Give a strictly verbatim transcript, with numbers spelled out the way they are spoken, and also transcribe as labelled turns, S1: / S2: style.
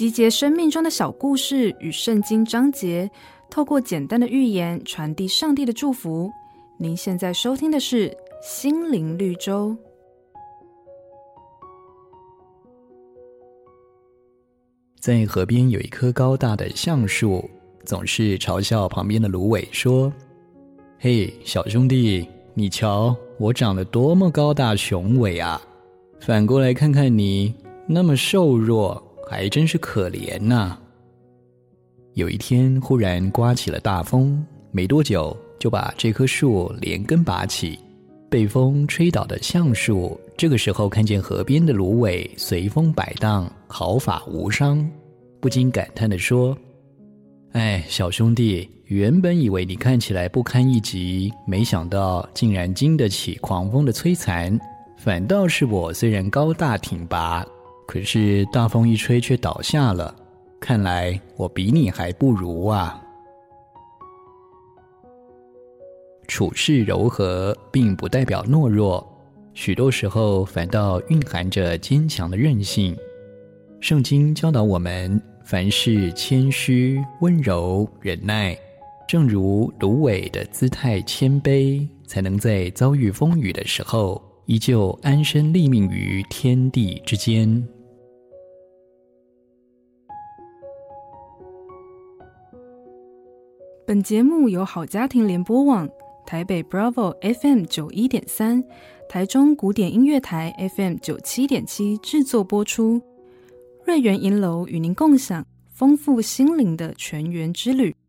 S1: 集结生命中的小故事与圣经章节，透过简单的寓言传递上帝的祝福。您现在收听的是心灵绿洲。
S2: 在河边有一棵高大的橡树，总是嘲笑旁边的芦苇说：嘿，小兄弟，你瞧我长得多么高大雄伟啊，反过来看看你那么瘦弱，还真是可怜呐。有一天忽然刮起了大风，没多久就把这棵树连根拔起。被风吹倒的橡树这个时候看见河边的芦苇随风摆荡，毫发无伤，不禁感叹地说：哎，小兄弟，原本以为你看起来不堪一击，没想到竟然经得起狂风的摧残，反倒是我虽然高大挺拔，可是大风一吹却倒下了，看来我比你还不如啊。处事柔和并不代表懦弱，许多时候反倒蕴含着坚强的韧性。圣经教导我们凡事谦虚、温柔、忍耐，正如芦苇的姿态谦卑，才能在遭遇风雨的时候依旧安身立命于天地之间。
S1: 本节目由好家庭联播网、台北 Bravo F M 九十一点三、台中古典音乐台 F M 九十七点七 制作播出。瑞园银楼与您共享丰富心灵的全员之旅。